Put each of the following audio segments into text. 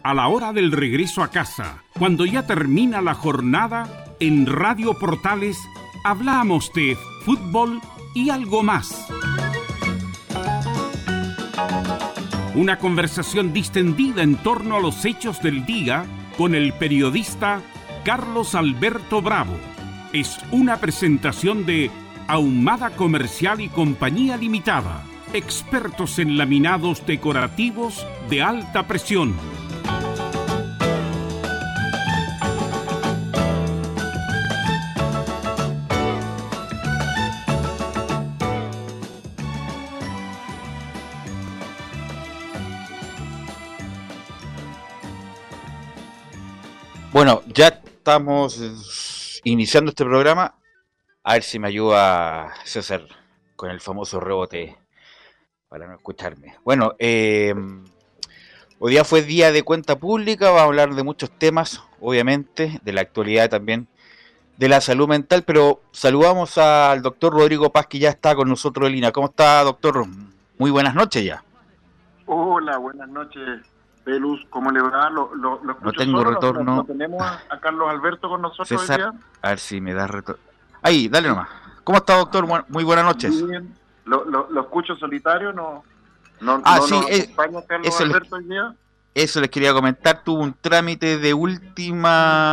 a la hora del regreso a casa, cuando ya termina la jornada, en Radio Portales hablamos de fútbol y algo más. Una conversación distendida en torno a los hechos del día con el periodista Carlos Alberto Bravo. Es una presentación de Ahumada Comercial y Compañía Limitada, expertos en laminados decorativos de alta presión. Bueno, ya estamos iniciando este programa. A ver si me ayuda César con el famoso rebote para no escucharme. Bueno, hoy día fue día de cuenta pública. Vamos a hablar de muchos temas, obviamente, de la actualidad también, de la salud mental, pero saludamos al doctor Rodrigo Paz, que ya está con nosotros en línea. ¿Cómo está, doctor? Muy buenas noches ya. Hola, buenas noches, Pelus. ¿Cómo le va? ¿Lo no tengo solo? retorno. ¿Lo tenemos a Carlos Alberto con nosotros César, hoy día? A ver si me da retorno. Ahí, dale nomás. ¿Cómo está, doctor? Muy buenas noches. Bien. ¿Lo escucho solitario? ¿No sí, acompaña Carlos Alberto hoy día? Eso les quería comentar. Tuvo un trámite de últimos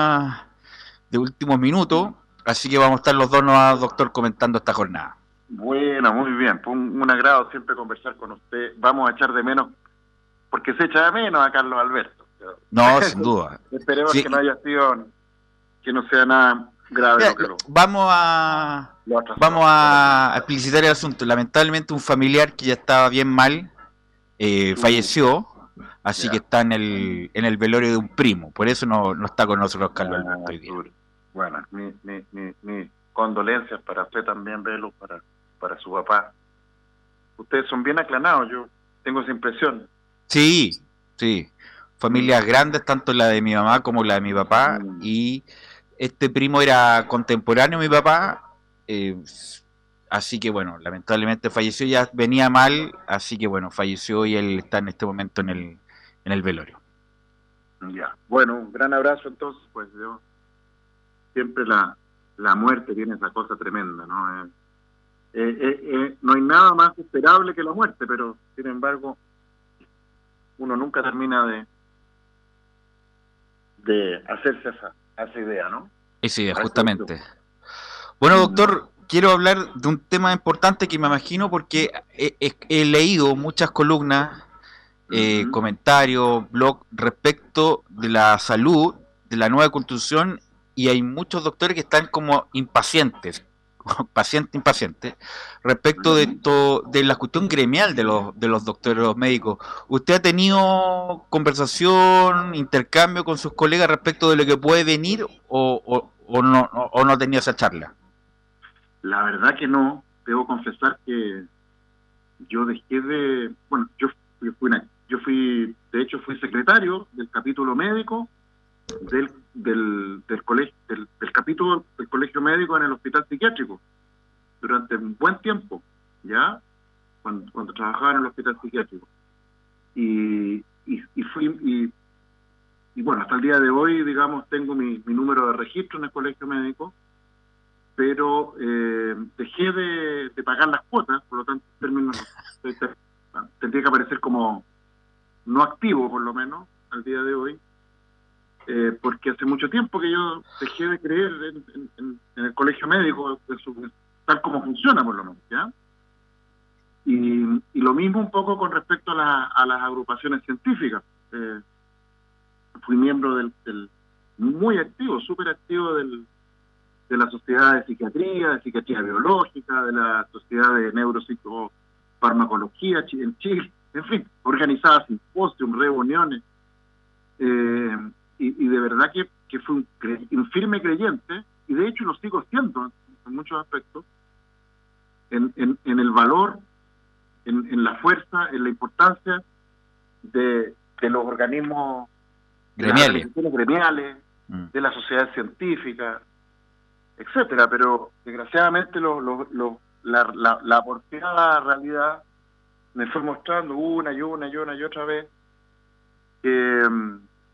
minutos, así que vamos a estar los dos, doctor, comentando esta jornada. Bueno, muy bien. Fue un agrado siempre conversar con usted. Vamos a echar de menos, porque se echa de menos a Carlos Alberto. No, sin duda. Esperemos que no haya sido, que no sea nada grave. Vamos a explicitar el asunto. Lamentablemente un familiar que ya estaba bien mal falleció, así que está en el velorio de un primo. Por eso no está con nosotros Carlos Alberto hoy día. Bueno, mi condolencias para usted también, Velo, para su papá. Ustedes son bien aclanados, yo tengo esa impresión. Sí. Familias grandes, tanto la de mi mamá como la de mi papá, y este primo era contemporáneo de mi papá, así que bueno, lamentablemente falleció, ya venía mal, así que bueno, falleció y él está en este momento en el velorio. Ya, bueno, un gran abrazo entonces, pues yo siempre la muerte tiene esa cosa tremenda, ¿no? No hay nada más esperable que la muerte, pero sin embargo uno nunca termina de hacerse esa idea, ¿no? Esa idea, justamente. Bueno, doctor, quiero hablar de un tema importante que me imagino, porque he leído muchas columnas, comentarios, blogs respecto de la salud, de la nueva constitución, y hay muchos doctores que están como impacientes, respecto de la cuestión gremial de los doctores, los médicos. ¿Usted ha tenido conversación, intercambio con sus colegas respecto de lo que puede venir o no ha tenido esa charla? La verdad que no. Debo confesar que yo dejé de... Bueno, yo fui secretario del capítulo médico del capítulo del colegio médico en el hospital psiquiátrico durante un buen tiempo, ya cuando trabajaba en el hospital psiquiátrico y bueno, hasta el día de hoy, digamos, tengo mi número de registro en el colegio médico, pero dejé de pagar las cuotas, por lo tanto tendría que aparecer como no activo, por lo menos al día de hoy, porque hace mucho tiempo que yo dejé de creer en el colegio médico, tal como funciona, por lo menos, ¿ya? Y lo mismo un poco con respecto a las agrupaciones científicas. Fui miembro muy activo, súper activo de la Sociedad de Psiquiatría Biológica, de la Sociedad de Neuropsicofarmacología en Chile, en fin, organizaba simposios, reuniones, y de verdad que fui un firme creyente, y de hecho lo sigo siendo en muchos aspectos, en el valor, en la fuerza, en la importancia de los organismos gremiales, de la sociedad científica, etcétera, pero desgraciadamente la porfiada realidad me fue mostrando una y otra vez que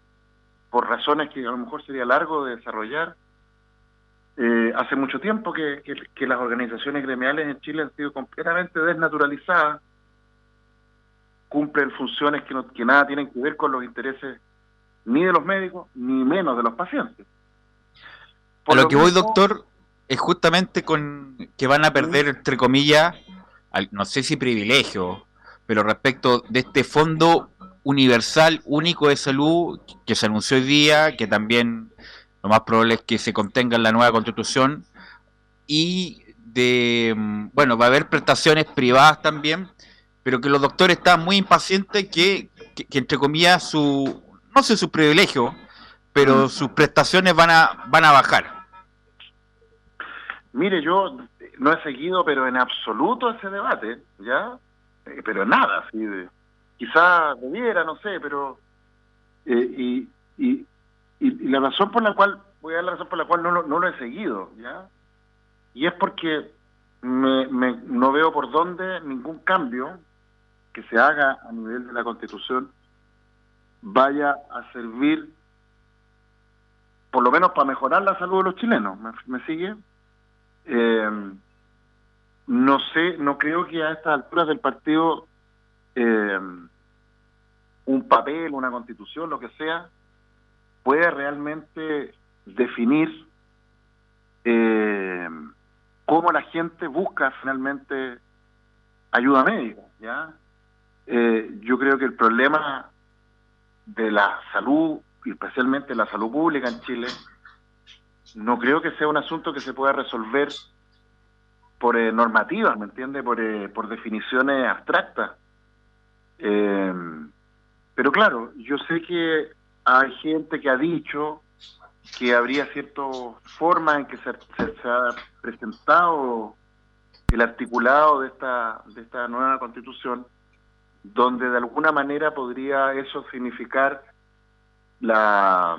por razones que a lo mejor sería largo de desarrollar. Hace mucho tiempo que las organizaciones gremiales en Chile han sido completamente desnaturalizadas, cumplen funciones que nada tienen que ver con los intereses ni de los médicos, ni menos de los pacientes. A lo que voy, doctor, es justamente con que van a perder, entre comillas, no sé si privilegio, pero respecto de este fondo universal único de salud que se anunció hoy día, que también lo más probable es que se contenga en la nueva Constitución, y bueno, va a haber prestaciones privadas también, pero que los doctores están muy impacientes que entre comillas, no sé su privilegio, pero sus prestaciones van a bajar. Mire, yo no he seguido, pero en absoluto ese debate, ¿ya? Pero nada, así quizá debiera, no sé, pero y la razón por la cual, voy a dar la razón por la cual no lo he seguido, ¿ya? Y es porque no veo por dónde ningún cambio que se haga a nivel de la Constitución vaya a servir, por lo menos para mejorar la salud de los chilenos. ¿Me sigue? No sé, no creo que a estas alturas del partido un papel, una constitución, lo que sea, pueda realmente definir cómo la gente busca finalmente ayuda médica, ¿ya? Yo creo que el problema de la salud, y especialmente la salud pública en Chile, no creo que sea un asunto que se pueda resolver por normativas, ¿me entiende? Por definiciones abstractas. Pero claro, yo sé que hay gente que ha dicho que habría ciertas formas en que se ha presentado el articulado de esta nueva Constitución, donde de alguna manera podría eso significar la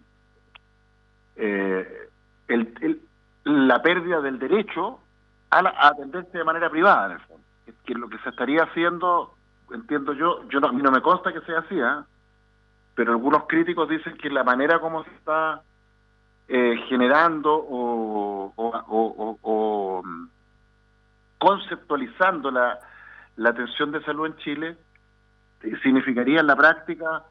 pérdida del derecho a atenderse de manera privada, en el fondo. Que lo que se estaría haciendo, entiendo a mí no me consta que sea así, pero algunos críticos dicen que la manera como se está generando o conceptualizando la atención de salud en Chile significaría en la práctica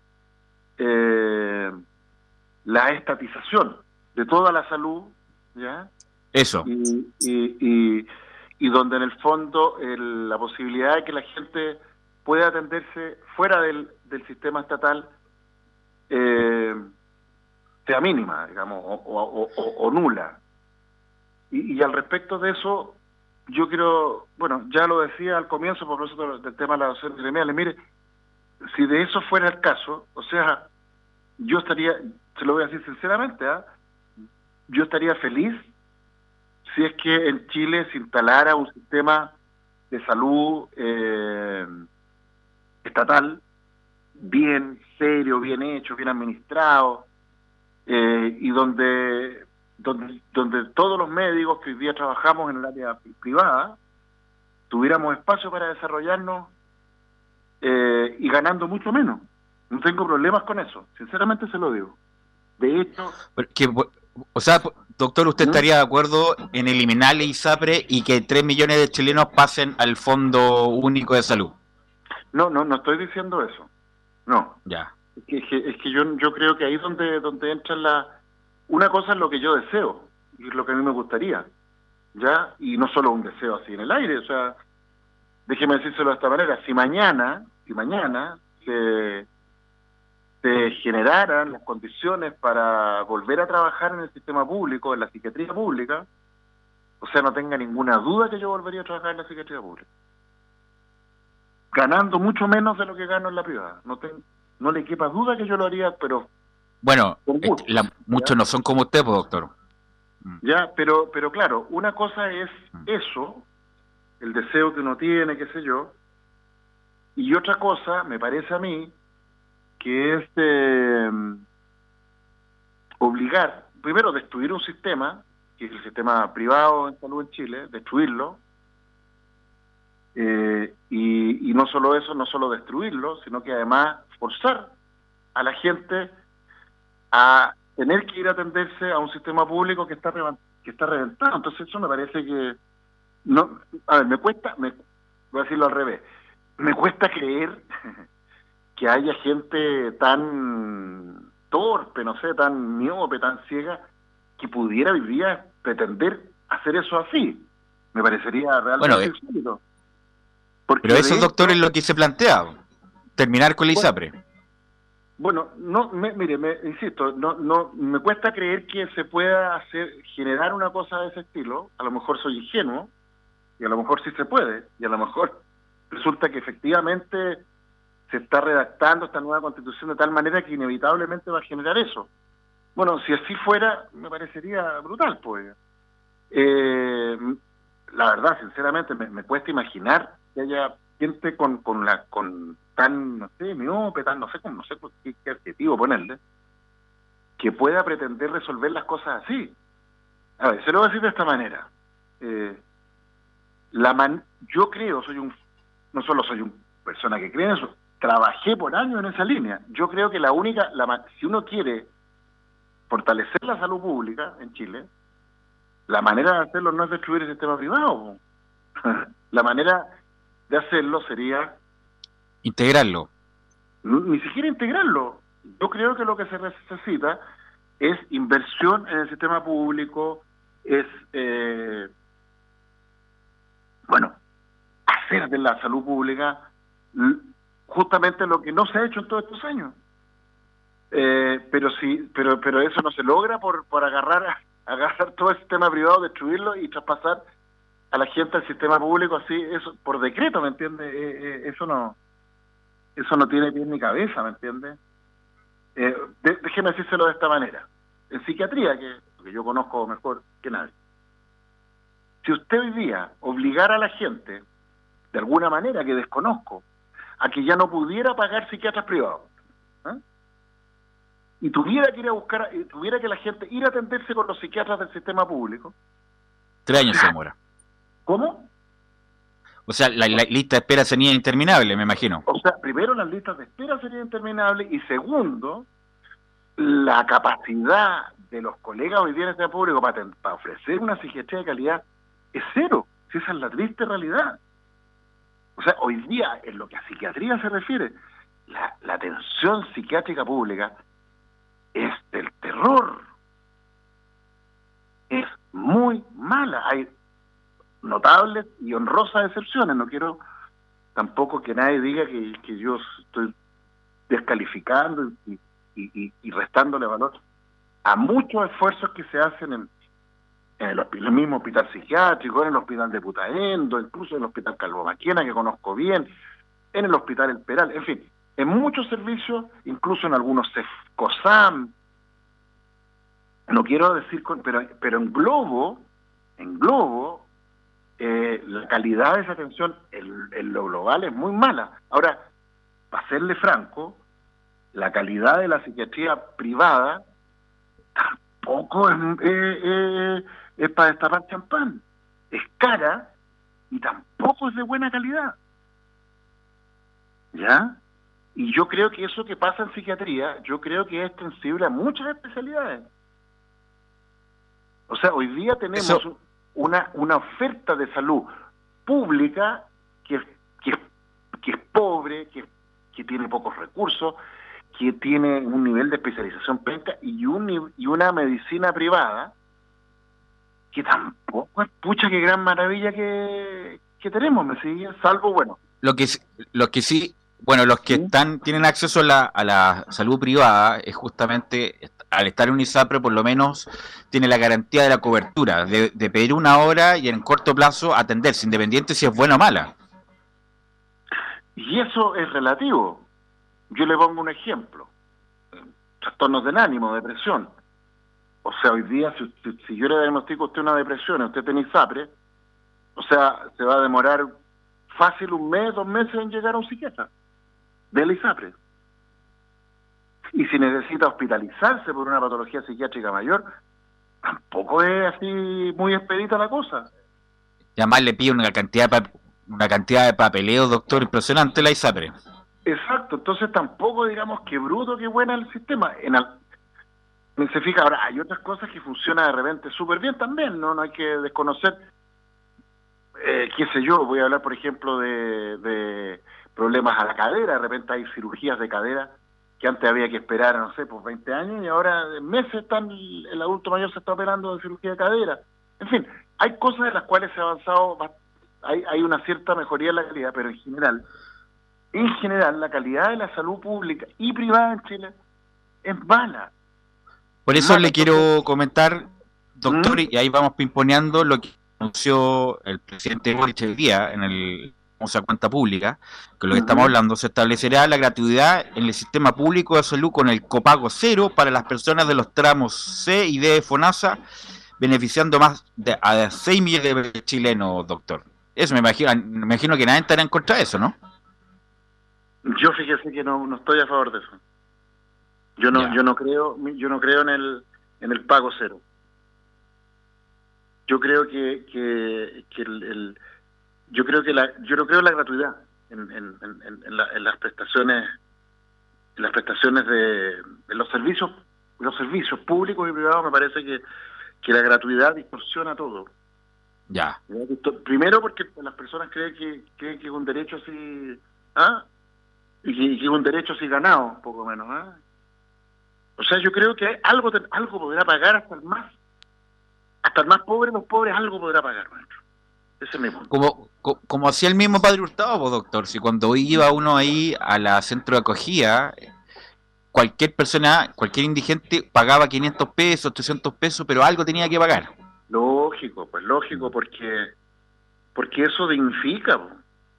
la estatización de toda la salud, ¿ya? Eso. Y donde en el fondo la posibilidad de que la gente pueda atenderse fuera del sistema estatal sea mínima, digamos, o nula. Y al respecto de eso, yo quiero, bueno, ya lo decía al comienzo por propósito del tema de la docencia gremial, mire, si de eso fuera el caso, o sea, yo estaría, se lo voy a decir sinceramente, yo estaría feliz si es que en Chile se instalara un sistema de salud estatal bien serio, bien hecho, bien administrado, y donde todos los médicos que hoy día trabajamos en el área privada tuviéramos espacio para desarrollarnos y ganando mucho menos. No tengo problemas con eso, sinceramente se lo digo. De hecho... O sea, doctor, ¿usted estaría de acuerdo en eliminar el ISAPRE y que 3 millones de chilenos pasen al Fondo Único de Salud? No estoy diciendo eso. No. Ya. Es que yo creo que ahí es donde entra una cosa es lo que yo deseo, y es lo que a mí me gustaría, ¿ya? Y no solo un deseo así en el aire, o sea, déjeme decírselo de esta manera, si mañana se generaran las condiciones para volver a trabajar en el sistema público, en la psiquiatría pública, o sea, no tenga ninguna duda que yo volvería a trabajar en la psiquiatría pública, ganando mucho menos de lo que gano en la privada. No le quepa duda que yo lo haría, pero bueno, muchos no son como usted, pues, doctor. Ya, pero claro, una cosa es eso, el deseo que uno tiene, qué sé yo, y otra cosa, me parece a mí, que es obligar, primero, destruir un sistema, que es el sistema privado en salud en Chile, destruirlo, y no solo eso, no solo destruirlo, sino que además forzar a la gente a tener que ir a atenderse a un sistema público que está reventado. Entonces eso me parece que no, a ver, voy a decirlo al revés, me cuesta creer que haya gente tan torpe, no sé, tan miope, tan ciega, que pudiera hoy día pretender hacer eso así. Me parecería realmente insólito. Pero eso, doctor, es lo que se plantea, terminar con la ISAPRE. Bueno, insisto, no me cuesta creer que se pueda generar una cosa de ese estilo. A lo mejor soy ingenuo, y a lo mejor sí se puede, y a lo mejor resulta que efectivamente se está redactando esta nueva Constitución de tal manera que inevitablemente va a generar eso. Bueno, si así fuera, me parecería brutal, pues. La verdad, sinceramente, me cuesta imaginar que haya gente con tan, no sé, miope, tan, no sé qué adjetivo ponerle, que pueda pretender resolver las cosas así. A ver, se lo voy a decir de esta manera. Yo creo, no solo soy una persona que cree en eso, trabajé por años en esa línea. Yo creo que si uno quiere fortalecer la salud pública en Chile, la manera de hacerlo no es destruir el sistema privado. La manera de hacerlo sería integrarlo. Ni siquiera integrarlo. Yo creo que lo que se necesita es inversión en el sistema público, es hacer de la salud pública justamente lo que no se ha hecho en todos estos años. Pero eso no se logra por agarrar todo el sistema privado, destruirlo y traspasar a la gente al sistema público así, eso por decreto, ¿me entiendes? Eso no tiene pie ni cabeza, ¿me entiendes? Déjeme decírselo de esta manera. En psiquiatría, que yo conozco mejor que nadie, si usted hoy día obligara a la gente, de alguna manera que desconozco, a que ya no pudiera pagar psiquiatras privados, y tuviera que la gente ir a atenderse con los psiquiatras del sistema público, 3 años se demora. ¿Cómo? O sea, la lista de espera sería interminable, me imagino. O sea, primero las listas de espera serían interminables y segundo, la capacidad de los colegas hoy día en el sistema público para ofrecer una psiquiatría de calidad es cero. Si esa es la triste realidad. O sea, hoy día, en lo que a psiquiatría se refiere, la atención psiquiátrica pública es del terror. Es muy mala. Hay notables y honrosas excepciones. No quiero tampoco que nadie diga que yo estoy descalificando y restándole valor a muchos esfuerzos que se hacen en el mismo hospital psiquiátrico, en el hospital de Putaendo, incluso en el hospital Calvo Maquena, que conozco bien, en el hospital El Peral, en fin, en muchos servicios, incluso en algunos COSAM. No quiero decir, pero en globo, la calidad de esa atención en lo global es muy mala. Ahora, para serle franco, la calidad de la psiquiatría privada tampoco es para destapar champán. Es cara y tampoco es de buena calidad. ¿Ya? Y yo creo que eso que pasa en psiquiatría, yo creo que es extensible a muchas especialidades. O sea, hoy día tenemos una oferta de salud pública que es pobre, que tiene pocos recursos, que tiene un nivel de especialización penca y una medicina privada que tampoco es pucha que gran maravilla que tenemos, ¿me sigue? Salvo, bueno. Los que tienen acceso a la salud privada es justamente, al estar en un ISAPRE, por lo menos tiene la garantía de la cobertura, de pedir una hora y en corto plazo atenderse, independiente si es buena o mala. Y eso es relativo. Yo le pongo un ejemplo. Trastornos del ánimo, depresión. O sea, hoy día, si yo le diagnostico a usted una depresión y usted tiene ISAPRE, o sea, se va a demorar fácil 1 mes, 2 meses en llegar a un psiquiatra del ISAPRE. Y si necesita hospitalizarse por una patología psiquiátrica mayor, tampoco es así muy expedita la cosa. Y además le pide una cantidad de papeleo, doctor, impresionante la ISAPRE. Exacto, entonces tampoco digamos que bruto, que buena el sistema. Se fija, ahora hay otras cosas que funcionan de repente súper bien también, ¿no? No hay que desconocer, qué sé yo, voy a hablar por ejemplo de problemas a la cadera, de repente hay cirugías de cadera que antes había que esperar, no sé, pues 20 años y ahora en meses el adulto mayor se está operando de cirugía de cadera. En fin, hay cosas en las cuales se ha avanzado, hay una cierta mejoría en la calidad, pero en general la calidad de la salud pública y privada en Chile es mala. Por eso le quiero comentar, doctor, y ahí vamos pimponeando lo que anunció el presidente Boric hoy día en el famosa cuenta pública, que lo que estamos hablando, se establecerá la gratuidad en el sistema público de salud con el copago cero para las personas de los tramos C y D de FONASA, beneficiando a 6 millones de chilenos, doctor. Eso me imagino que nadie estará en contra de eso, ¿no? Yo fíjese que no estoy a favor de eso. Yo no creo en el pago cero. Yo creo que yo creo en la gratuidad en las prestaciones de los servicios públicos y privados. Me parece que la gratuidad distorsiona todo. Ya. Primero porque las personas creen que es un derecho así, y que es un derecho así ganado, poco menos, O sea, yo creo que algo podrá pagar hasta el más pobre de los pobres, algo podrá pagar, maestro. Ese es mi punto. Como hacía el mismo Padre Hurtado, pues, doctor, si cuando iba uno ahí a la centro de acogida, cualquier persona, cualquier indigente pagaba 500 pesos, 300 pesos, pero algo tenía que pagar. Lógico, porque eso dignifica, po.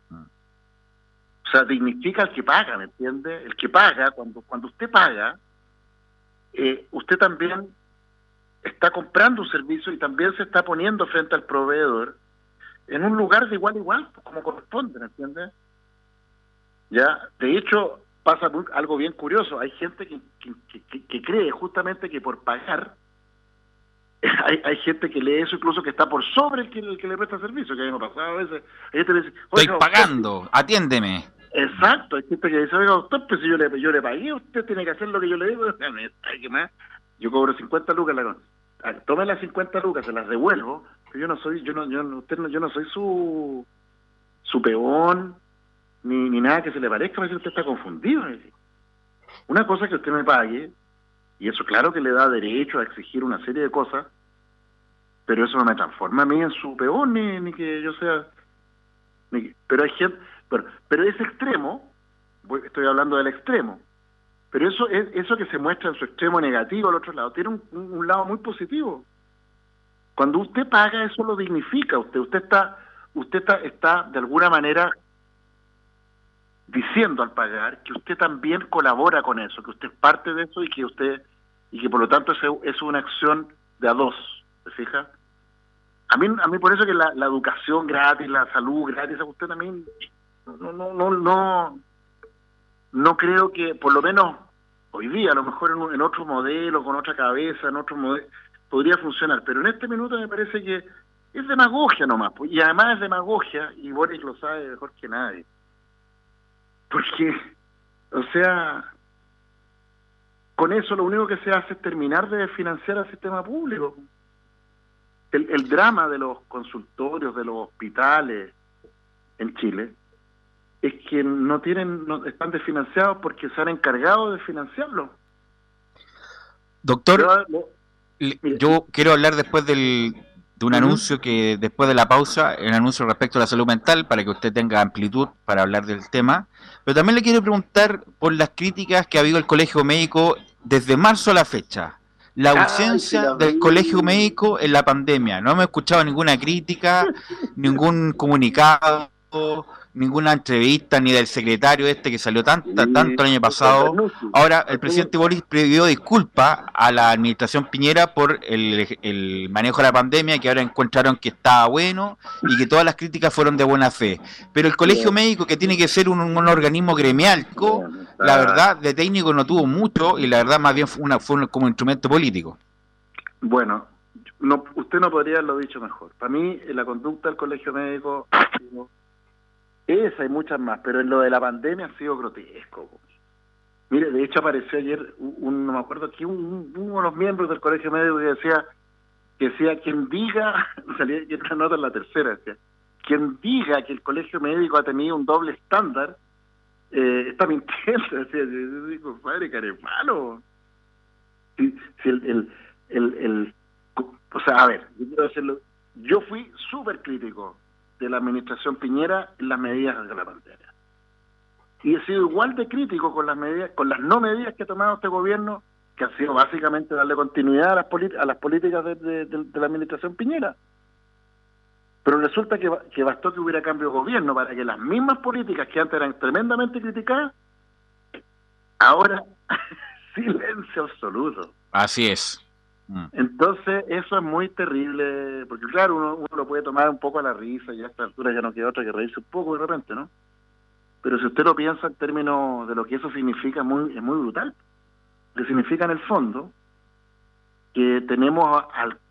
O sea, dignifica al que paga, ¿me entiende? El que paga, cuando usted paga, usted también está comprando un servicio y también se está poniendo frente al proveedor en un lugar de igual a igual, como corresponde, ¿me entiende? Ya, de hecho, pasa algo bien curioso. Hay gente que cree justamente que por pagar, hay gente que lee eso incluso que está por sobre el que le presta servicio, que a mí me ha pasado a veces. Hay gente que dice, estoy pagando, atiéndeme. Exacto, hay gente que dice, oiga, doctor, pues si yo le pagué, usted tiene que hacer lo que yo le digo. ¿Qué más? Yo cobro 50 lucas, tome las 50 lucas, se las devuelvo, pero yo no soy su peón, ni nada que se le parezca. Me dice, usted está confundido. Una cosa es que usted me pague, y eso claro que le da derecho a exigir una serie de cosas, pero eso no me transforma a mí en su peón, ni que yo sea... pero hay gente... Pero ese extremo, estoy hablando del extremo, pero eso que se muestra en su extremo negativo al otro lado, tiene un lado muy positivo. Cuando usted paga, eso lo dignifica. Usted está de alguna manera diciendo al pagar que usted también colabora con eso, que usted es parte de eso y que por lo tanto es una acción de a dos, ¿se fija? A mí por eso que la educación gratis, la salud gratis, a usted también no creo que, por lo menos hoy día, a lo mejor en otro modelo, con otra cabeza, en otro modelo, podría funcionar, pero en este minuto me parece que es demagogia nomás, y además es demagogia, y Boris lo sabe mejor que nadie. Porque, o sea, con eso lo único que se hace es terminar de financiar al sistema público. El drama de los consultorios, de los hospitales en Chile, es que están desfinanciados porque se han encargado de financiarlo. Doctor, yo quiero hablar después de un anuncio que después de la pausa, el anuncio respecto a la salud mental, para que usted tenga amplitud para hablar del tema, pero también le quiero preguntar por las críticas que ha habido el Colegio Médico desde marzo a la fecha. La ausencia del Colegio Médico en la pandemia. No hemos escuchado ninguna crítica, ningún comunicado, ninguna entrevista, ni del secretario que salió tanto el año pasado. Ahora el presidente Boris pidió disculpas a la administración Piñera por el manejo de la pandemia, que ahora encontraron que estaba bueno y que todas las críticas fueron de buena fe. Pero el Colegio Médico, que tiene que ser un organismo gremial, la verdad, de técnico no tuvo mucho, y la verdad más bien fue como instrumento político. Bueno, usted no podría haberlo dicho mejor. Para mí, la conducta del Colegio Médico, esa y muchas más, pero en lo de la pandemia ha sido grotesco. Mire, de hecho apareció ayer no me acuerdo aquí, uno de los miembros del colegio médico que decía quien diga, salía una nota en la tercera, decía, quien diga que el colegio médico ha tenido un doble estándar, está mintiendo, decía, yo digo, padre, carepalo. Si o sea, a ver, yo quiero decirlo, yo fui súper crítico de la administración Piñera en las medidas de la pandemia. Y he sido igual de crítico con las no medidas que ha tomado este gobierno, que ha sido básicamente darle continuidad a las políticas de la administración Piñera. Pero resulta que bastó que hubiera cambio de gobierno para que las mismas políticas que antes eran tremendamente criticadas, ahora silencio absoluto. Así es. Entonces eso es muy terrible, porque claro, uno lo puede tomar un poco a la risa, y a esta altura ya no queda otra que reírse un poco de repente, ¿no? Pero si usted lo piensa en términos de lo que eso significa, es muy brutal. Lo que significa en el fondo que tenemos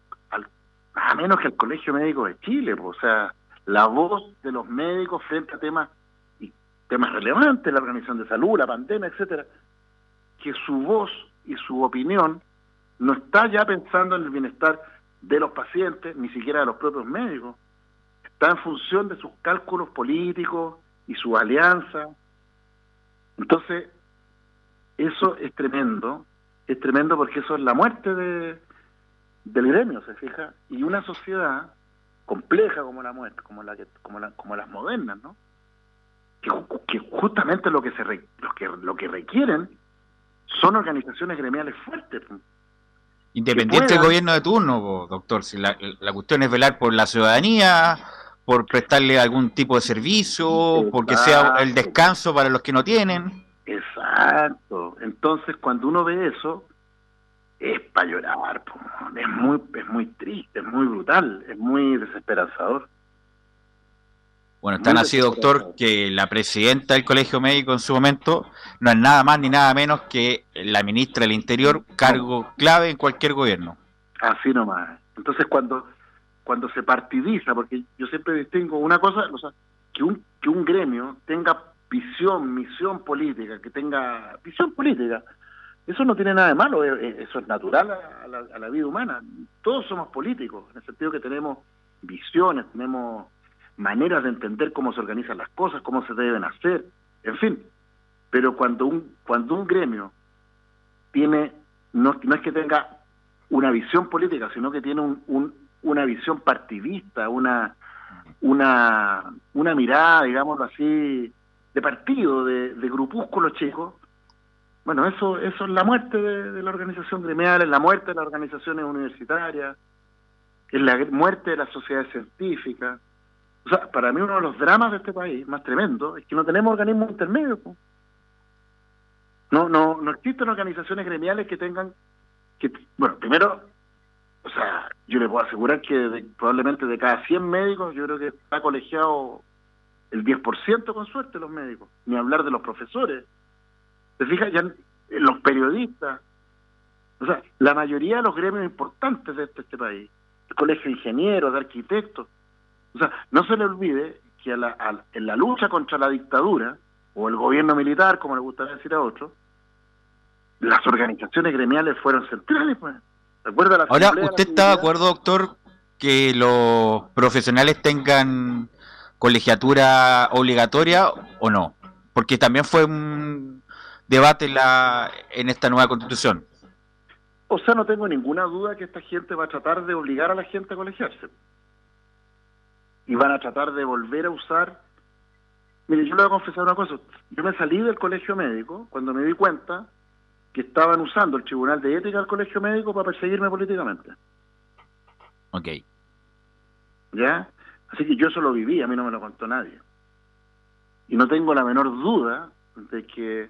a menos que el Colegio Médico de Chile, pues, o sea, la voz de los médicos frente a temas relevantes, la organización de salud, la pandemia, etcétera, que su voz y su opinión no está ya pensando en el bienestar de los pacientes, ni siquiera de los propios médicos. Está en función de sus cálculos políticos y su alianza. Entonces, eso es tremendo porque eso es la muerte del gremio, ¿se fija? Y una sociedad compleja como la muerte, como las modernas, ¿no? Que justamente lo que requieren son organizaciones gremiales fuertes. Independiente del gobierno de turno, doctor, si la cuestión es velar por la ciudadanía, por prestarle algún tipo de servicio, exacto, porque sea el descanso para los que no tienen. Exacto. Entonces, cuando uno ve eso, es para llorar, es muy triste, es muy brutal, es muy desesperanzador. Bueno, tan así, doctor, que la presidenta del Colegio Médico en su momento no es nada más ni nada menos que la ministra del Interior, cargo clave en cualquier gobierno. Así nomás. Entonces, cuando se partidiza, porque yo siempre distingo una cosa, o sea, que un gremio tenga misión política, que tenga visión política, eso no tiene nada de malo, eso es natural a la vida humana. Todos somos políticos, en el sentido que tenemos visiones, tenemos maneras de entender cómo se organizan las cosas, cómo se deben hacer, en fin. Pero cuando un gremio tiene, no es que tenga una visión política, sino que tiene una visión partidista, una mirada, digámoslo así, de partido, de grupúsculos chicos, bueno, eso es la muerte de la organización gremial, es la muerte de las organizaciones universitarias, es la muerte de las sociedades científicas. O sea, para mí uno de los dramas de este país más tremendo es que no tenemos organismos intermedios. No existen organizaciones gremiales que tengan bueno, primero, o sea, yo le puedo asegurar que probablemente de cada 100 médicos, yo creo que está colegiado el 10% con suerte los médicos, ni hablar de los profesores. ¿Se fija? Ya los periodistas, o sea, la mayoría de los gremios importantes de este país, el colegio de ingenieros, de arquitectos, o sea, no se le olvide que en la lucha contra la dictadura, o el gobierno militar, como le gustaría decir a otros, las organizaciones gremiales fueron centrales, pues. ¿Recuerda la Ahora, ¿usted está de acuerdo, doctor, que los profesionales tengan colegiatura obligatoria o no? Porque también fue un debate en esta nueva Constitución. O sea, no tengo ninguna duda que esta gente va a tratar de obligar a la gente a colegiarse. Y van a tratar de volver a usar. Mire, yo le voy a confesar una cosa. Yo me salí del colegio médico cuando me di cuenta que estaban usando el Tribunal de Ética del Colegio Médico para perseguirme políticamente. Ok. ¿Ya? Así que yo eso lo viví, a mí no me lo contó nadie. Y no tengo la menor duda de que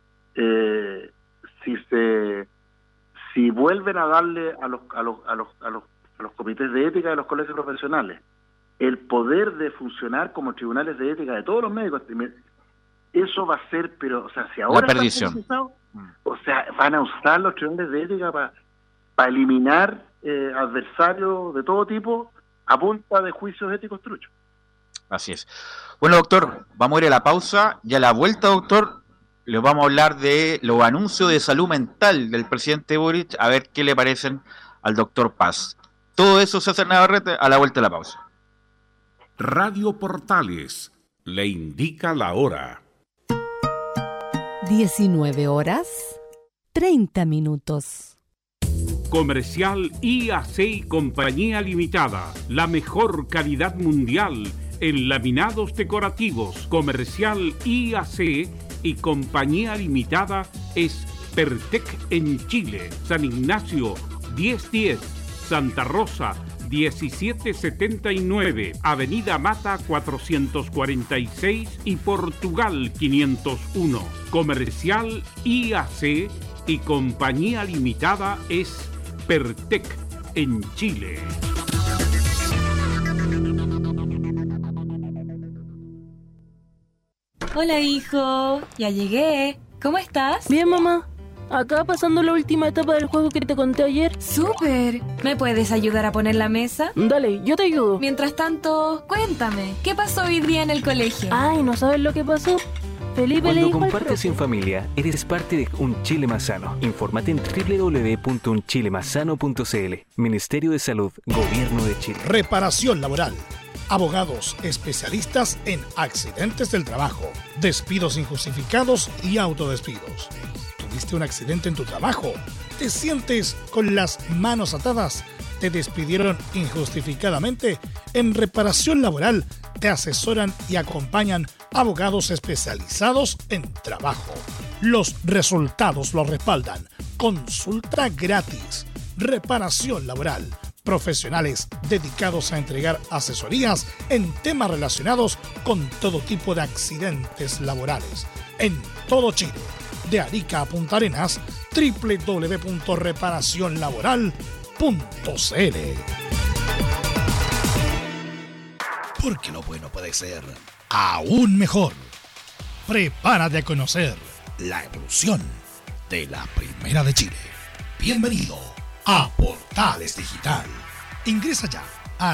si vuelven a darle a los comités de ética de los colegios profesionales el poder de funcionar como tribunales de ética de todos los médicos, eso va a ser, pero, o sea, si ahora la perdición. O sea, van a usar los tribunales de ética para eliminar adversarios de todo tipo a punta de juicios éticos truchos. Así es. Bueno, doctor, vamos a ir a la pausa y a la vuelta, doctor, les vamos a hablar de los anuncios de salud mental del presidente Boric, a ver qué le parecen al doctor Paz. Todo eso, César Navarrete, a la vuelta de la pausa. Radio Portales le indica la hora. 19:30. Comercial IAC y Compañía Limitada. La mejor calidad mundial en laminados decorativos. Comercial IAC y Compañía Limitada es Pertec en Chile. San Ignacio 1010. Santa Rosa 1779, Avenida Mata 446 y Portugal 501. Comercial IAC y Compañía Limitada es Pertec en Chile. Hola, hijo. Ya llegué. ¿Cómo estás? Bien, mamá. Acá pasando la última etapa del juego que te conté ayer. ¡Súper! ¿Me puedes ayudar a poner la mesa? Dale, yo te ayudo. Mientras tanto, cuéntame, ¿qué pasó hoy día en el colegio? Ay, ¿no sabes lo que pasó? Felipe Cuando le dijo compartes en familia, eres parte de Un Chile Más Sano. Infórmate en www.unchilemasano.cl. Ministerio de Salud, Gobierno de Chile. Reparación laboral. Abogados especialistas en accidentes del trabajo, despidos injustificados y autodespidos. ¿Tuviste un accidente en tu trabajo? ¿Te sientes con las manos atadas? ¿Te despidieron injustificadamente? En reparación laboral te asesoran y acompañan abogados especializados en trabajo. Los resultados los respaldan. Consulta gratis. Reparación laboral. Profesionales dedicados a entregar asesorías en temas relacionados con todo tipo de accidentes laborales. En todo Chile. De Arica a Punta Arenas, www.reparacionlaboral.cl. Porque lo bueno puede ser aún mejor. Prepárate a conocer la evolución de la Primera de Chile. Bienvenido a Portales Digital. Ingresa ya a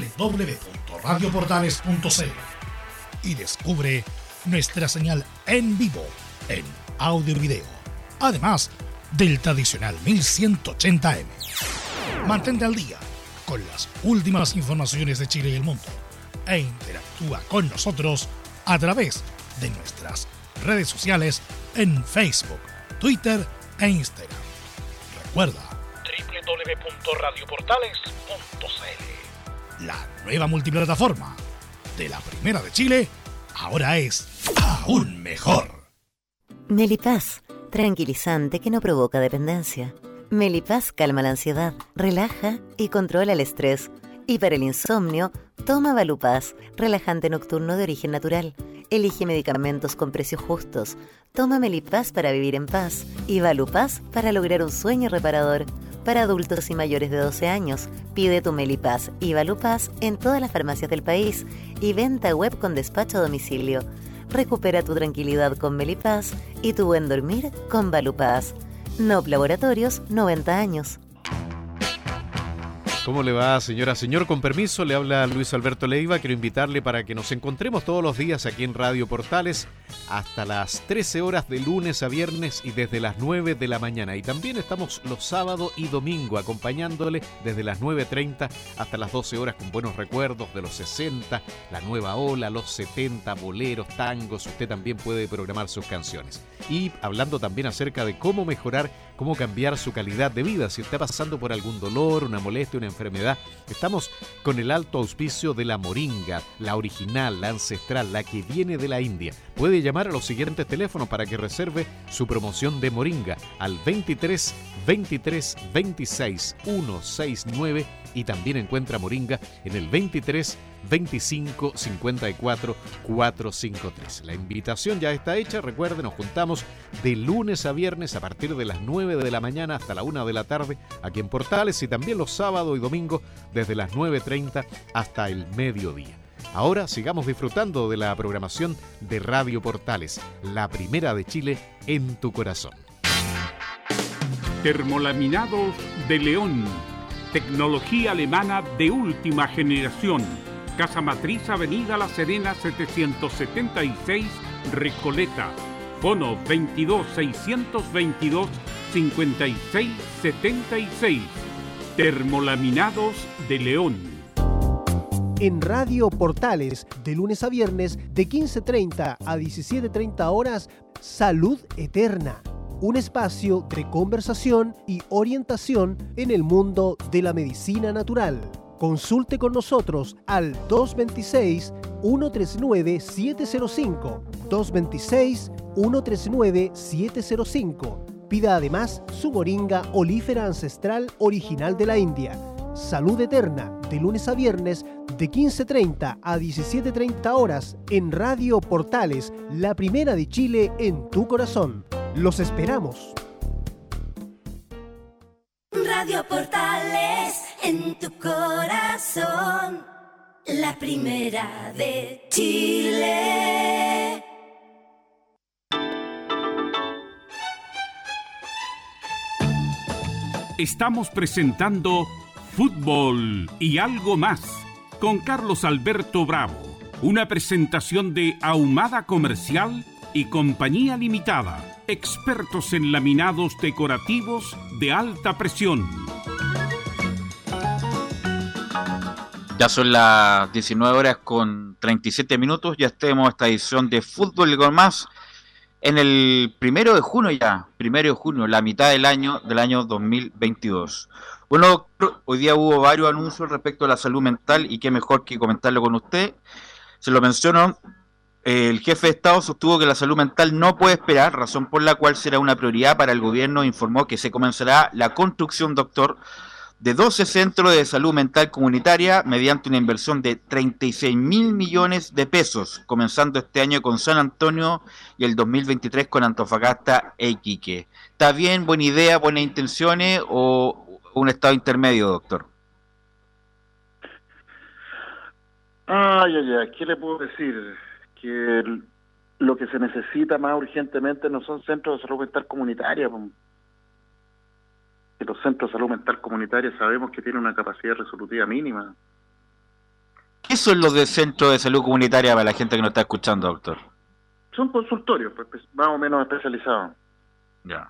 www.radioportales.cl y descubre nuestra señal en vivo en audio y video, además del tradicional 1180M. Mantente al día con las últimas informaciones de Chile y el mundo e interactúa con nosotros a través de nuestras redes sociales en Facebook, Twitter e Instagram. Recuerda www.radioportales.cl. La nueva multiplataforma de la Primera de Chile ahora es aún mejor. Melipaz, tranquilizante que no provoca dependencia. Melipaz calma la ansiedad, relaja y controla el estrés. Y para el insomnio, toma Valupaz, relajante nocturno de origen natural. Elige medicamentos con precios justos. Toma Melipaz para vivir en paz y Valupaz para lograr un sueño reparador. Para adultos y mayores de 12 años, pide tu Melipaz y Valupaz en todas las farmacias del país y venta web con despacho a domicilio. Recupera tu tranquilidad con Melipaz y tu buen dormir con Valupaz. NOP Laboratorios, 90 años. ¿Cómo le va, señora? Señor, con permiso, le habla Luis Alberto Leiva. Quiero invitarle para que nos encontremos todos los días aquí en Radio Portales hasta las 13 horas de lunes a viernes y desde las 9 de la mañana. Y también estamos los sábados y domingo acompañándole desde las 9:30 hasta las 12 horas con buenos recuerdos de los 60, la nueva ola, los 70, boleros, tangos. Usted también puede programar sus canciones. Y hablando también acerca de cómo mejorar, cómo cambiar su calidad de vida. Si está pasando por algún dolor, una molestia, una enfermedad, estamos con el alto auspicio de la moringa, la original, la ancestral, la que viene de la India. Puede llamar a los siguientes teléfonos para que reserve su promoción de moringa al 23 23 26 169 y también encuentra moringa en el 23 25 54 453. La invitación ya está hecha. Recuerden, nos juntamos de lunes a viernes a partir de las 9 de la mañana hasta la 1 de la tarde aquí en Portales y también los sábados y domingos desde las 9:30 hasta el mediodía. Ahora sigamos disfrutando de la programación de Radio Portales, la Primera de Chile en tu corazón. Termolaminados de León. Tecnología alemana de última generación. Casa Matriz, Avenida La Serena 776, Recoleta. Fono 22 622 5676. Termolaminados de León. En Radio Portales, de lunes a viernes, de 15:30 a 17:30 horas, Salud Eterna. Un espacio de conversación y orientación en el mundo de la medicina natural. Consulte con nosotros al 226-139-705. 226-139-705. Pida además su moringa olífera ancestral original de la India. Salud Eterna, de lunes a viernes, de 15:30 a 17:30 horas, en Radio Portales, la primera de Chile en tu corazón. ¡Los esperamos! Radio Portales, en tu corazón, la primera de Chile. Estamos presentando Fútbol y algo más con Carlos Alberto Bravo. Una presentación de Ahumada Comercial y Compañía Limitada. Expertos en laminados decorativos de alta presión. Ya son las 19 horas con 37 minutos. Ya tenemos esta edición de Fútbol y algo más en el 1 de junio ya. 1 de junio, la mitad del año 2022. Bueno, hoy día hubo varios anuncios respecto a la salud mental y qué mejor que comentarlo con usted. Se lo menciono, el jefe de Estado sostuvo que la salud mental no puede esperar, razón por la cual será una prioridad para el gobierno. Informó que se comenzará la construcción, doctor, de 12 centros de salud mental comunitaria mediante una inversión de 36.000 millones de pesos, comenzando este año con San Antonio y el 2023 con Antofagasta e Iquique. ¿Está bien, buena idea, buenas intenciones o un estado intermedio, doctor? ¿Qué le puedo decir? Que lo que se necesita más urgentemente no son centros de salud mental comunitaria. Que los centros de salud mental comunitaria sabemos que tienen una capacidad resolutiva mínima. ¿Qué son los de centros de salud comunitaria para la gente que nos está escuchando, doctor? Son consultorios, pues, más o menos especializados. Ya.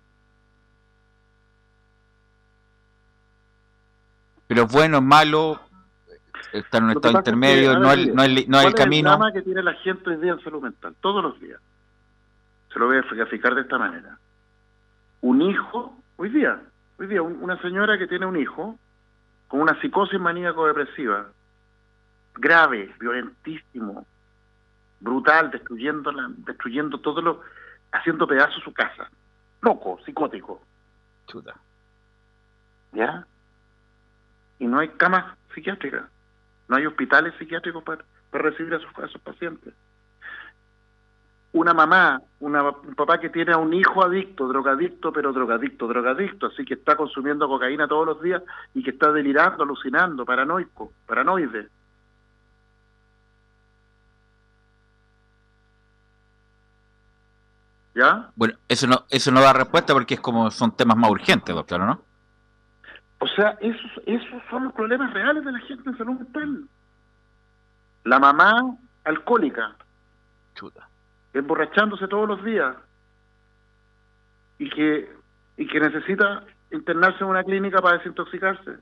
Pero bueno, malo, está en un estado intermedio, no es el camino. ¿Cuál es el drama que tiene la gente hoy día en salud mental? Todos los días. Se lo voy a graficar de esta manera. Un hijo, hoy día, una señora que tiene un hijo con una psicosis maníaco-depresiva, grave, violentísimo, brutal, destruyendo todo lo, haciendo pedazos su casa. Loco, psicótico. Chuta. ¿Ya? Y no hay camas psiquiátricas, no hay hospitales psiquiátricos para recibir a esos pacientes. Una mamá, un papá que tiene a un hijo adicto, drogadicto, así que está consumiendo cocaína todos los días y que está delirando, alucinando, paranoide. ¿Ya? Bueno, eso no da respuesta porque son temas más urgentes, doctor, ¿no? O sea, esos son los problemas reales de la gente en salud mental. La mamá alcohólica, chuta, emborrachándose todos los días y que necesita internarse en una clínica para desintoxicarse.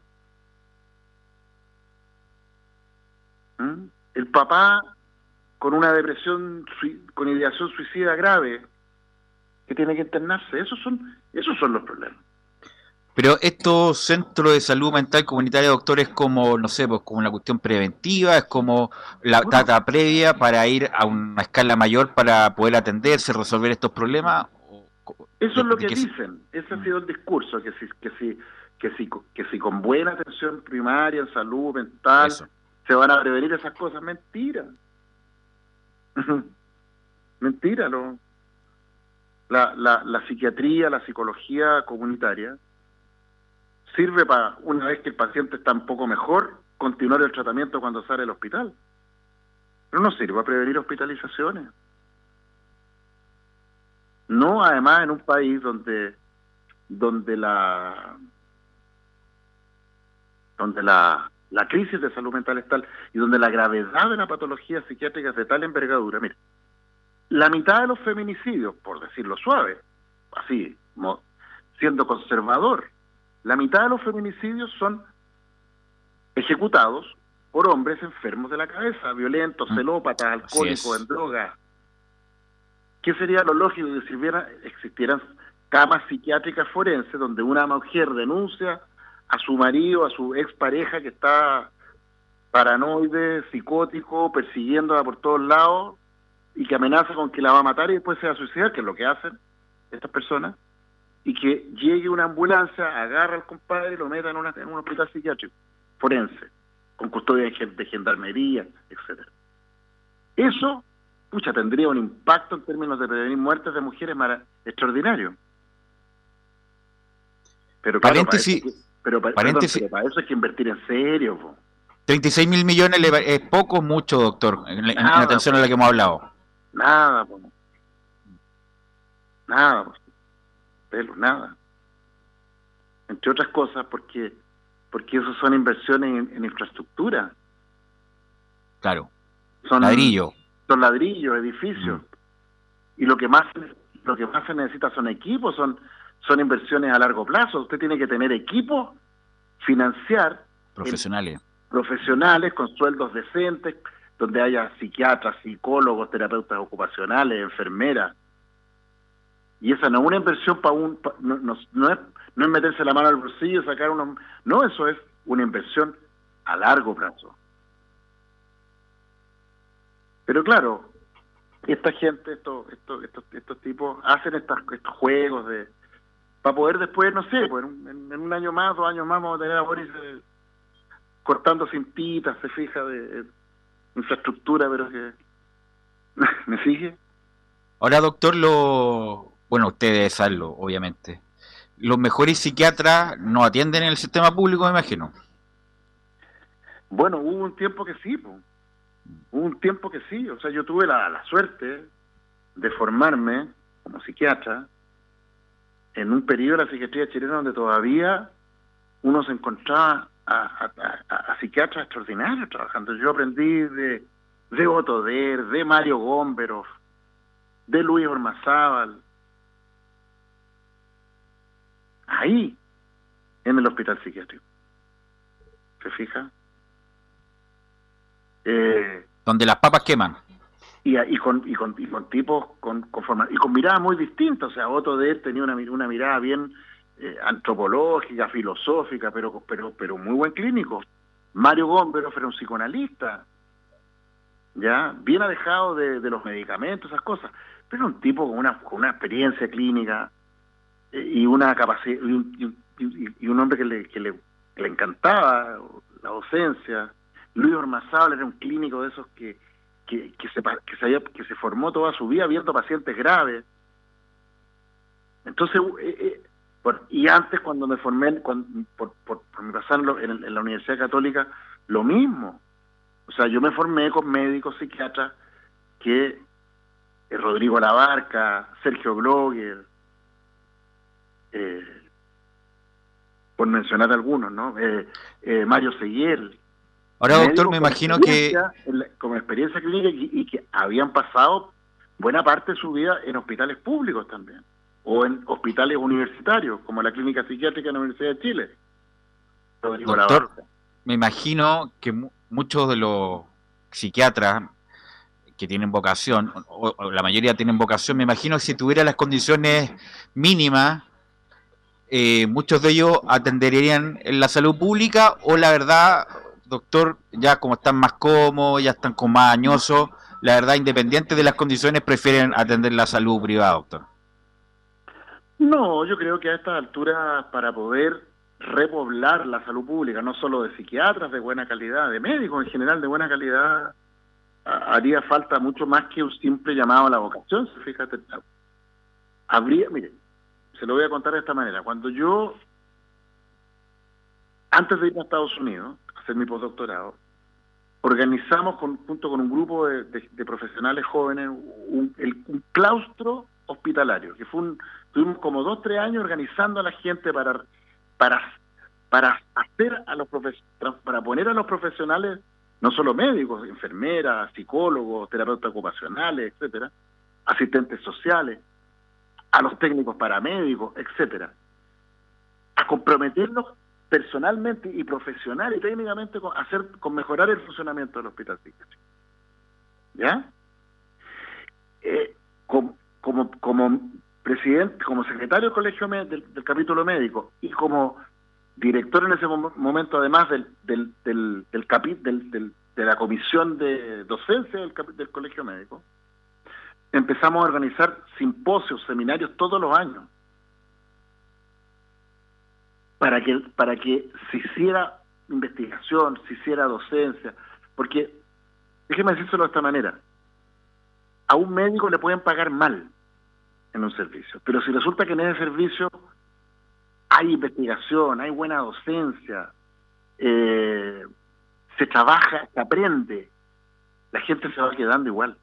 El papá con una depresión, con ideación suicida grave, que tiene que internarse. Esos son los problemas. Pero estos centros de salud mental comunitaria, doctor, es como, no sé, pues como una cuestión preventiva, es como la trata previa para ir a una escala mayor para poder atenderse, resolver estos problemas. Eso es lo que dicen. Ese ha sido el discurso, que si con buena atención primaria en salud mental se van a prevenir esas cosas. Mentira. Mentira. La psiquiatría, la psicología comunitaria sirve para, una vez que el paciente está un poco mejor, continuar el tratamiento cuando sale del hospital. Pero no sirve para prevenir hospitalizaciones. No, además, en un país donde la crisis de salud mental es tal y donde la gravedad de la patología psiquiátrica es de tal envergadura. Mire, la mitad de los feminicidios, por decirlo suave, así, siendo conservador, la mitad de los feminicidios son ejecutados por hombres enfermos de la cabeza, violentos, celópatas, alcohólicos, en drogas. ¿Qué sería lo lógico que existieran camas psiquiátricas forenses donde una mujer denuncia a su marido, a su expareja que está paranoide, psicótico, persiguiéndola por todos lados y que amenaza con que la va a matar y después se va a suicidar, que es lo que hacen estas personas, y que llegue una ambulancia, agarra al compadre y lo meta en un hospital psiquiátrico forense, con custodia de gendarmería, etcétera. Eso, tendría un impacto en términos de prevenir muertes de mujeres extraordinario. Pero claro, para eso hay que invertir en serio, po. 36.000 millones es poco o mucho, doctor, en atención a la que hemos hablado. Nada, nada. Entre otras cosas, porque eso son inversiones en infraestructura. Claro. Son ladrillos, edificios. Y lo que más se necesita son equipos, son inversiones a largo plazo. Usted tiene que tener equipos, financiar profesionales con sueldos decentes, donde haya psiquiatras, psicólogos, terapeutas ocupacionales, enfermeras. Y esa no es una inversión no es meterse la mano al bolsillo y sacar unos... No, eso es una inversión a largo plazo. Pero claro, esta gente, estos tipos hacen estos juegos para poder después, no sé, pues en un año más, 2 años más, vamos a tener a Boris cortando cintitas, se fija, de infraestructura, pero que... ¿Me sigue? Ahora, doctor, usted debe saberlo, obviamente. Los mejores psiquiatras no atienden en el sistema público, me imagino. Bueno, hubo un tiempo que sí, O sea, yo tuve la suerte de formarme como psiquiatra en un periodo de la psiquiatría chilena donde todavía uno se encontraba a psiquiatras extraordinarios trabajando. Yo aprendí de Otto Der, de Mario Gomberov, de Luis Ormazábal, ahí, en el hospital psiquiátrico. ¿Se fija? Donde las papas queman. Y con tipos con miradas muy distintas. O sea, Otto Der tenía una mirada bien antropológica, filosófica, pero muy buen clínico. Mario Gomberov era un psicoanalista, ya bien alejado de los medicamentos, esas cosas, pero un tipo con una experiencia clínica y una capacidad y un hombre que le encantaba la docencia. Luis Ormazábal era un clínico de esos que se formó toda su vida viendo pacientes graves. Entonces, y antes cuando me formé, por mi pasarlo en la Universidad Católica, lo mismo. O sea, yo me formé con médicos psiquiatras que Rodrigo Labarca, Sergio Gloger, por mencionar algunos, ¿no? Mario Seguier. Ahora, doctor, me imagino que... Con experiencia clínica y que habían pasado buena parte de su vida en hospitales públicos también, o en hospitales universitarios, como la Clínica Psiquiátrica de la Universidad de Chile. Rodrigo Doctor, Labarca. Me imagino que muchos de los psiquiatras que tienen vocación, o la mayoría tienen vocación, me imagino que si tuviera las condiciones mínimas, muchos de ellos atenderían en la salud pública, o la verdad, doctor, ya como están más cómodos, ya están como más añosos, la verdad, independiente de las condiciones, prefieren atender la salud privada, doctor. No, yo creo que a estas alturas, para poder repoblar la salud pública, no solo de psiquiatras de buena calidad, de médicos en general de buena calidad, haría falta mucho más que un simple llamado a la vocación. Fíjate, mire, se lo voy a contar de esta manera. Cuando yo, antes de ir a Estados Unidos a hacer mi postdoctorado, organizamos junto con un grupo de profesionales jóvenes un claustro hospitalario, que tuvimos como 2-3 años organizando a la gente para hacer para poner a los profesionales, no solo médicos, enfermeras, psicólogos, terapeutas ocupacionales, etcétera, asistentes sociales, a los técnicos paramédicos, etcétera, a comprometernos personalmente y profesional y técnicamente con mejorar el funcionamiento del hospital psiquiátrico. ¿Ya? Como presidente, como secretario del colegio del capítulo médico y como director en ese momento, además de la comisión de docencia del colegio médico, empezamos a organizar simposios, seminarios todos los años para que se hiciera investigación, se hiciera docencia, porque déjeme decírselo de esta manera: a un médico le pueden pagar mal en un servicio, pero si resulta que en ese servicio hay investigación, hay buena docencia, se trabaja, se aprende, la gente se va quedando igual.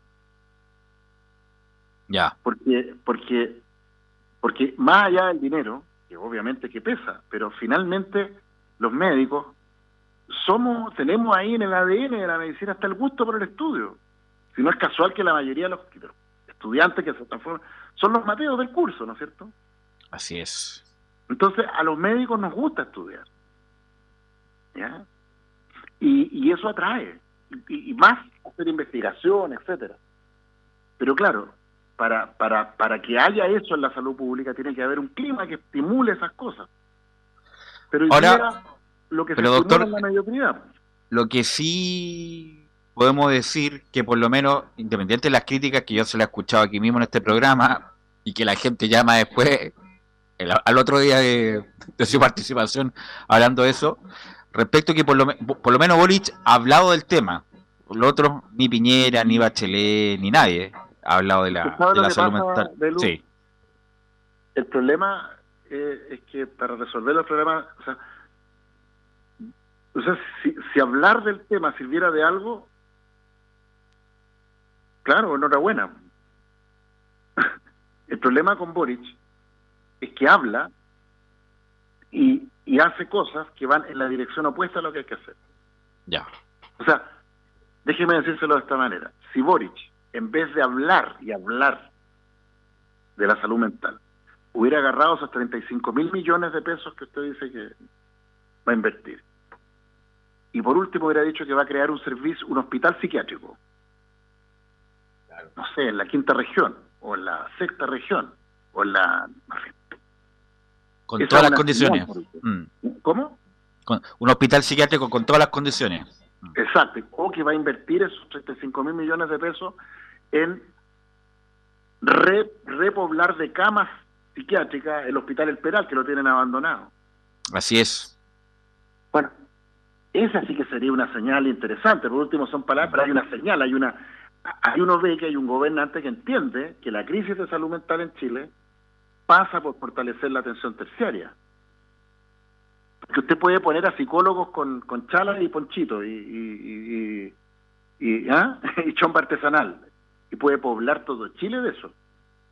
Ya. Porque más allá del dinero, que obviamente que pesa, pero finalmente los médicos tenemos ahí en el ADN de la medicina hasta el gusto por el estudio. Si no es casual que la mayoría de los estudiantes que se transforman son los mateos del curso, ¿no es cierto? Así es. Entonces, a los médicos nos gusta estudiar, ¿ya? Y eso atrae, y más hacer investigación, etcétera. Pero claro, para que haya eso en la salud pública tiene que haber un clima que estimule esas cosas. Pero ahora, lo que se estimula, doctor, es la mediocridad. Lo que sí podemos decir que por lo menos, independiente de las críticas que yo se las he escuchado aquí mismo en este programa y que la gente llama después al otro día de su participación hablando de eso, respecto que por lo menos Boric ha hablado del tema. Los otros, ni Piñera, ni Bachelet, ni nadie ha hablado de la salud mental. Sí. El problema es que para resolver los problemas, o sea, si hablar del tema sirviera de algo, claro, enhorabuena. El problema con Boric es que habla y hace cosas que van en la dirección opuesta a lo que hay que hacer. Ya. O sea, déjeme decírselo de esta manera: si Boric, en vez de hablar de la salud mental, hubiera agarrado esos 35.000 millones de pesos que usted dice que va a invertir, y por último hubiera dicho que va a crear un hospital psiquiátrico, no sé, en la 5ª región, o en la 6ª región, o en la... Con todas las condiciones. ¿Cómo? Un hospital psiquiátrico con todas las condiciones. Exacto, o que va a invertir esos 35.000 millones de pesos en repoblar de camas psiquiátricas el Hospital El Peral, que lo tienen abandonado. Así es. Bueno, esa sí que sería una señal interesante. Por último, son palabras, pero hay una señal, uno ve que hay un gobernante que entiende que la crisis de salud mental en Chile pasa por fortalecer la atención terciaria. Porque usted puede poner a psicólogos con chalas y ponchito y chompa artesanal, y puede poblar todo Chile de eso.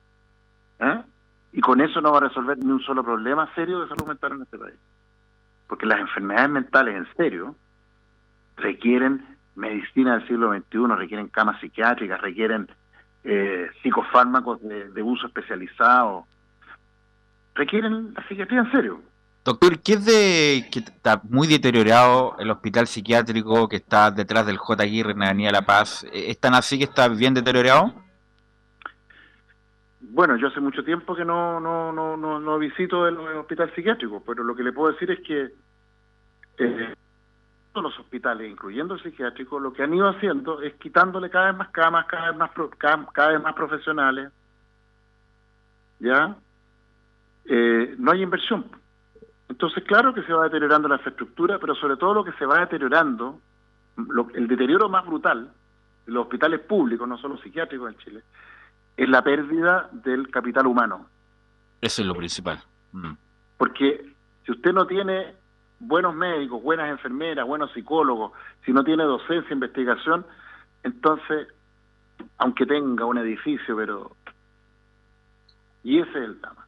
Y con eso no va a resolver ni un solo problema serio de salud mental en este país. Porque las enfermedades mentales en serio requieren medicina del siglo XXI, requieren camas psiquiátricas, requieren psicofármacos de uso especializado, requieren la psiquiatría en serio. Doctor, ¿qué es que está muy deteriorado el hospital psiquiátrico que está detrás del J. Aguirre en la Avenida La Paz? ¿Es tan así que está bien deteriorado? Bueno, yo hace mucho tiempo que no visito el hospital psiquiátrico, pero lo que le puedo decir es que todos los hospitales, incluyendo el psiquiátrico, lo que han ido haciendo es quitándole cada vez más camas, cada vez más profesionales. ¿Ya? No hay inversión. Entonces, claro que se va deteriorando la infraestructura, pero sobre todo lo que se va deteriorando, el deterioro más brutal de los hospitales públicos, no solo psiquiátricos en Chile, es la pérdida del capital humano. Eso es lo principal. Porque si usted no tiene buenos médicos, buenas enfermeras, buenos psicólogos, si no tiene docencia, investigación, entonces, aunque tenga un edificio, pero... Y ese es el drama.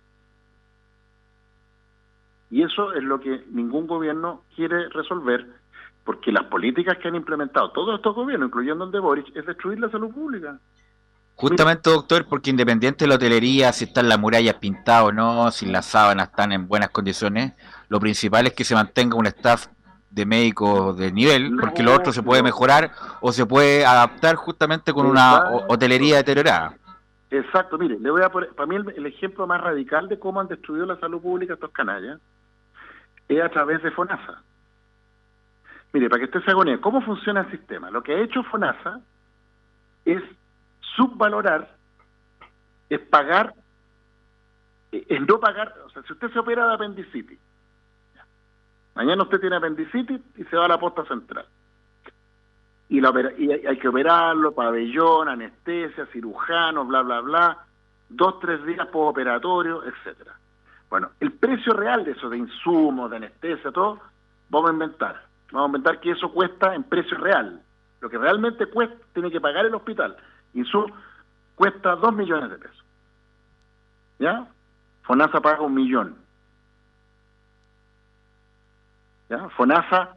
Y eso es lo que ningún gobierno quiere resolver, porque las políticas que han implementado todos estos gobiernos, incluyendo el de Boric, es destruir la salud pública. Justamente, doctor, porque independiente de la hotelería, si están las murallas pintadas o no, si las sábanas están en buenas condiciones, lo principal es que se mantenga un staff de médicos de nivel, porque lo otro se puede mejorar o se puede adaptar justamente con una hotelería deteriorada. Exacto, mire, le voy a poner, para mí el ejemplo más radical de cómo han destruido la salud pública estos canallas es a través de FONASA. Mire, para que usted se haga una idea, ¿cómo funciona el sistema? Lo que ha hecho FONASA es subvalorar, es pagar, es no pagar, o sea, si usted se opera de apendicitis, mañana usted tiene apendicitis y se va a la posta central. Y hay que operarlo, pabellón, anestesia, cirujano, bla, bla, bla, 2-3 días postoperatorio, etcétera. Bueno, el precio real de eso, de insumos, de anestesia, todo, vamos a inventar que eso cuesta en precio real. Lo que realmente cuesta, tiene que pagar el hospital. Insumos cuesta 2 millones de pesos. ¿Ya? FONASA paga 1 millón. ¿Ya? FONASA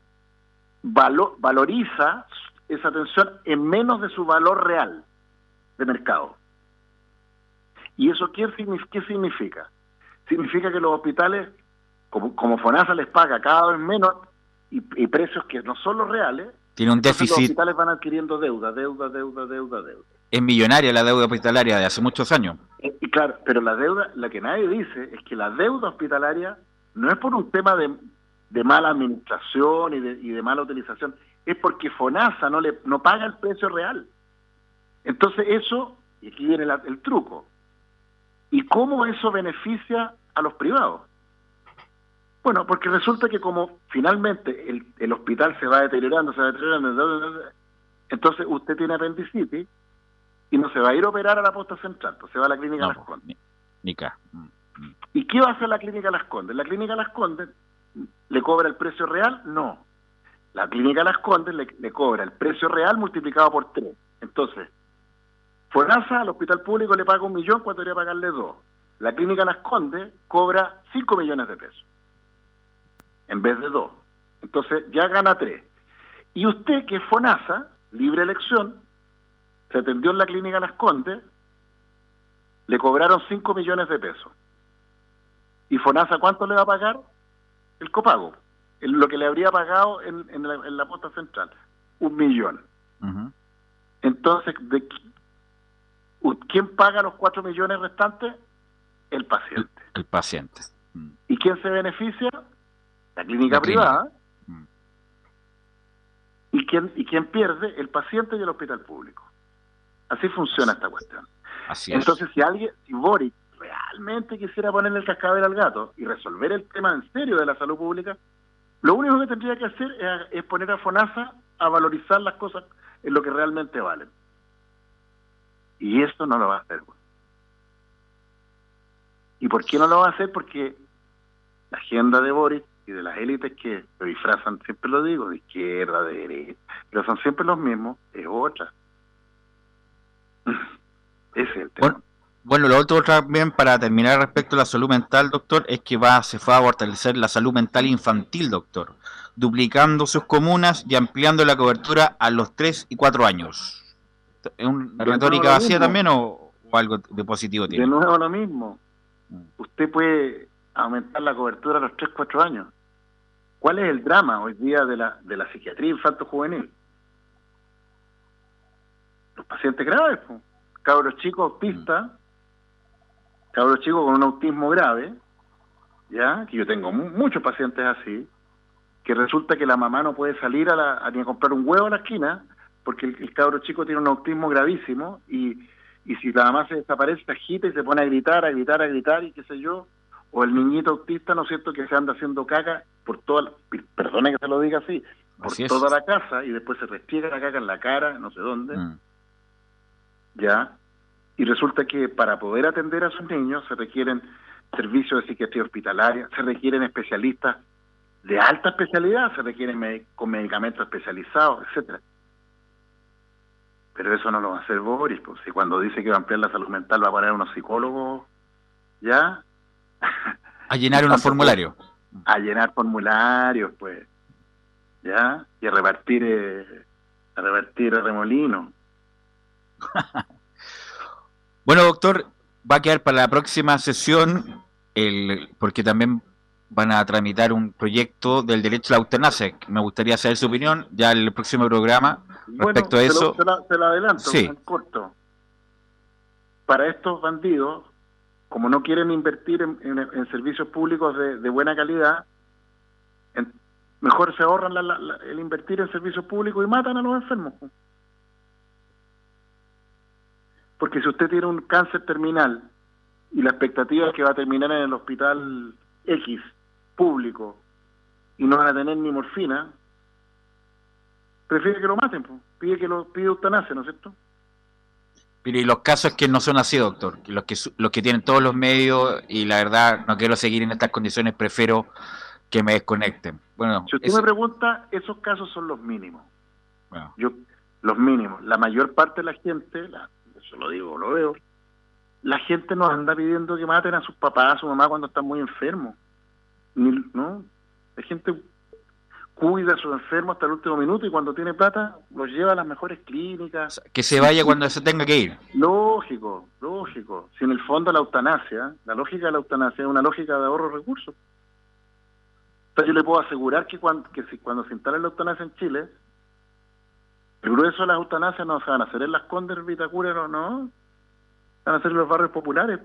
valoriza esa atención en menos de su valor real de mercado. ¿Y eso qué significa? Significa que los hospitales, como FONASA les paga cada vez menos y precios que no son los reales, tiene un déficit. Los hospitales van adquiriendo deuda. Es millonaria la deuda hospitalaria de hace muchos años. Y claro, pero la deuda, la que nadie dice es que la deuda hospitalaria no es por un tema de mala administración y de mala utilización, es porque FONASA no paga el precio real. Entonces eso, y aquí viene el truco, ¿y cómo eso beneficia a los privados? Bueno, porque resulta que como finalmente el hospital se va deteriorando, entonces usted tiene apendicitis y no se va a ir a operar a la posta central, pues se va a la clínica Las Condes. ¿Y qué va a hacer la clínica Las Condes? La clínica Las Condes ¿le cobra el precio real? No. La clínica Las Condes le cobra el precio real multiplicado por 3. Entonces, FONASA al hospital público le paga 1 millón cuando debería pagarle 2. La clínica Las Condes cobra 5 millones de pesos en vez de 2. Entonces ya gana 3. Y usted, que es FONASA, libre elección, se atendió en la clínica Las Condes, le cobraron 5 millones de pesos. ¿Y FONASA cuánto le va a pagar? El copago, lo que le habría pagado en la posta central, 1 millón. Uh-huh. Entonces, ¿quién paga los 4 millones restantes? El paciente. El paciente. ¿Y quién se beneficia? La clínica privada. ¿Y quién pierde? El paciente y el hospital público. Así funciona esta cuestión. Así Entonces, si Boric realmente quisiera ponerle el cascabel al gato y resolver el tema en serio de la salud pública, lo único que tendría que hacer es poner a FONASA a valorizar las cosas en lo que realmente valen. Y eso no lo va a hacer. ¿Y por qué no lo va a hacer? Porque la agenda de Boric y de las élites que lo disfrazan, siempre lo digo, de izquierda, de derecha, pero son siempre los mismos, es otra. Ese es el tema. Bueno, lo otro también para terminar respecto a la salud mental, doctor, es que se va a fortalecer la salud mental infantil, doctor, duplicando sus comunas y ampliando la cobertura a los 3 y 4 años. ¿Es una retórica vacía también o algo de positivo tiene? De nuevo lo mismo. Usted puede aumentar la cobertura a los 3, 4 años. ¿Cuál es el drama hoy día de la psiquiatría infanto-juvenil? Los pacientes graves, pues. Cabros chicos autistas, cabros chicos con un autismo grave, ya, que yo tengo muchos pacientes así, que resulta que la mamá no puede salir ni a comprar un huevo a la esquina, porque el cabro chico tiene un autismo gravísimo, y si la mamá se desaparece, se agita y se pone a gritar, y qué sé yo, o el niñito autista, ¿no es cierto?, que se anda haciendo caca por perdone que se lo diga así, por toda la casa, y después se restriega la caca en la cara, no sé dónde, ya, y resulta que para poder atender a esos niños se requieren servicios de psiquiatría hospitalaria, se requieren especialistas de alta especialidad, se requieren con medicamentos especializados, etcétera. Pero eso no lo va a hacer Boris, pues si cuando dice que va a ampliar la salud mental va a poner unos psicólogos, ¿ya? A llenar unos formularios. A llenar formularios, pues, ¿ya? Y a repartir remolino. Bueno, doctor, va a quedar para la próxima sesión, porque también van a tramitar un proyecto del derecho a la eutanasia. Me gustaría saber su opinión ya en el próximo programa respecto a eso. Se la adelanto, sí. En corto. Para estos bandidos, como no quieren invertir en servicios públicos de buena calidad, mejor se ahorran el invertir en servicios públicos y matan a los enfermos. Porque si usted tiene un cáncer terminal y la expectativa es que va a terminar en el hospital X público y no van a tener ni morfina, prefiere que lo maten, pide eutanasia, ¿no es cierto? Pero y los casos que no son así, doctor, los que tienen todos los medios, y la verdad no quiero seguir en estas condiciones, prefiero que me desconecten. Bueno, si usted me pregunta, esos casos son los mínimos. Bueno. Los mínimos. La mayor parte de la gente, eso lo digo, lo veo, la gente nos anda pidiendo que maten a sus papás, a su mamá cuando están muy enfermos. ¿No? La gente cuida a sus enfermos hasta el último minuto y cuando tiene plata los lleva a las mejores clínicas. Que se vaya cuando se tenga que ir. Lógico. Si en el fondo la lógica de la eutanasia es una lógica de ahorro de recursos. Entonces yo le puedo asegurar que cuando se instale la eutanasia en Chile, el grueso de las eutanasias no se van a hacer en Las Condes, Vitacura, no. Van a hacer en los barrios populares.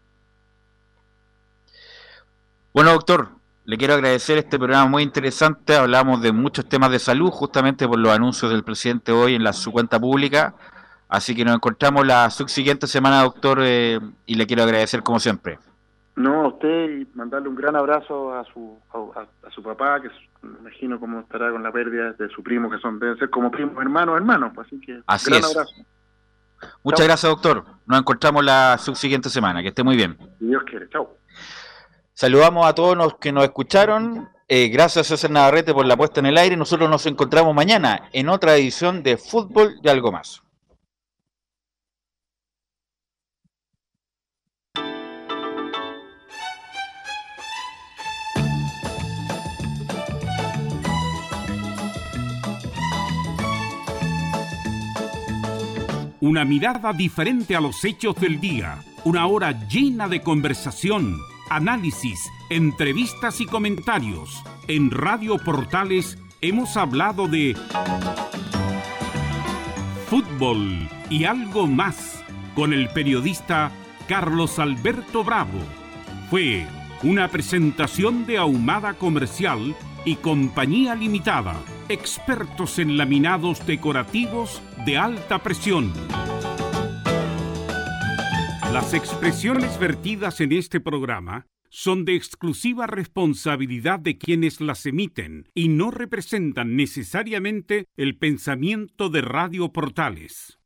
Bueno, doctor, le quiero agradecer este programa muy interesante. Hablamos de muchos temas de salud, justamente por los anuncios del presidente hoy en su cuenta pública. Así que nos encontramos la subsiguiente semana, doctor, y le quiero agradecer como siempre. No, a usted, y mandarle un gran abrazo a su papá, que me imagino cómo estará con la pérdida de su primo, que deben ser como primos, hermanos, así que así gran es. Abrazo. Muchas gracias, doctor. Nos encontramos la subsiguiente semana. Que esté muy bien. Si Dios quiere. Chao. Saludamos a todos los que nos escucharon. Gracias a César Navarrete por la puesta en el aire. Nosotros nos encontramos mañana en otra edición de Fútbol y Algo Más. Una mirada diferente a los hechos del día. Una hora llena de conversación, análisis, entrevistas y comentarios. En Radio Portales hemos hablado de fútbol y algo más con el periodista Carlos Alberto Bravo. Fue una presentación de Ahumada Comercial y Compañía Limitada, expertos en laminados decorativos de alta presión. Las expresiones vertidas en este programa son de exclusiva responsabilidad de quienes las emiten y no representan necesariamente el pensamiento de Radio Portales.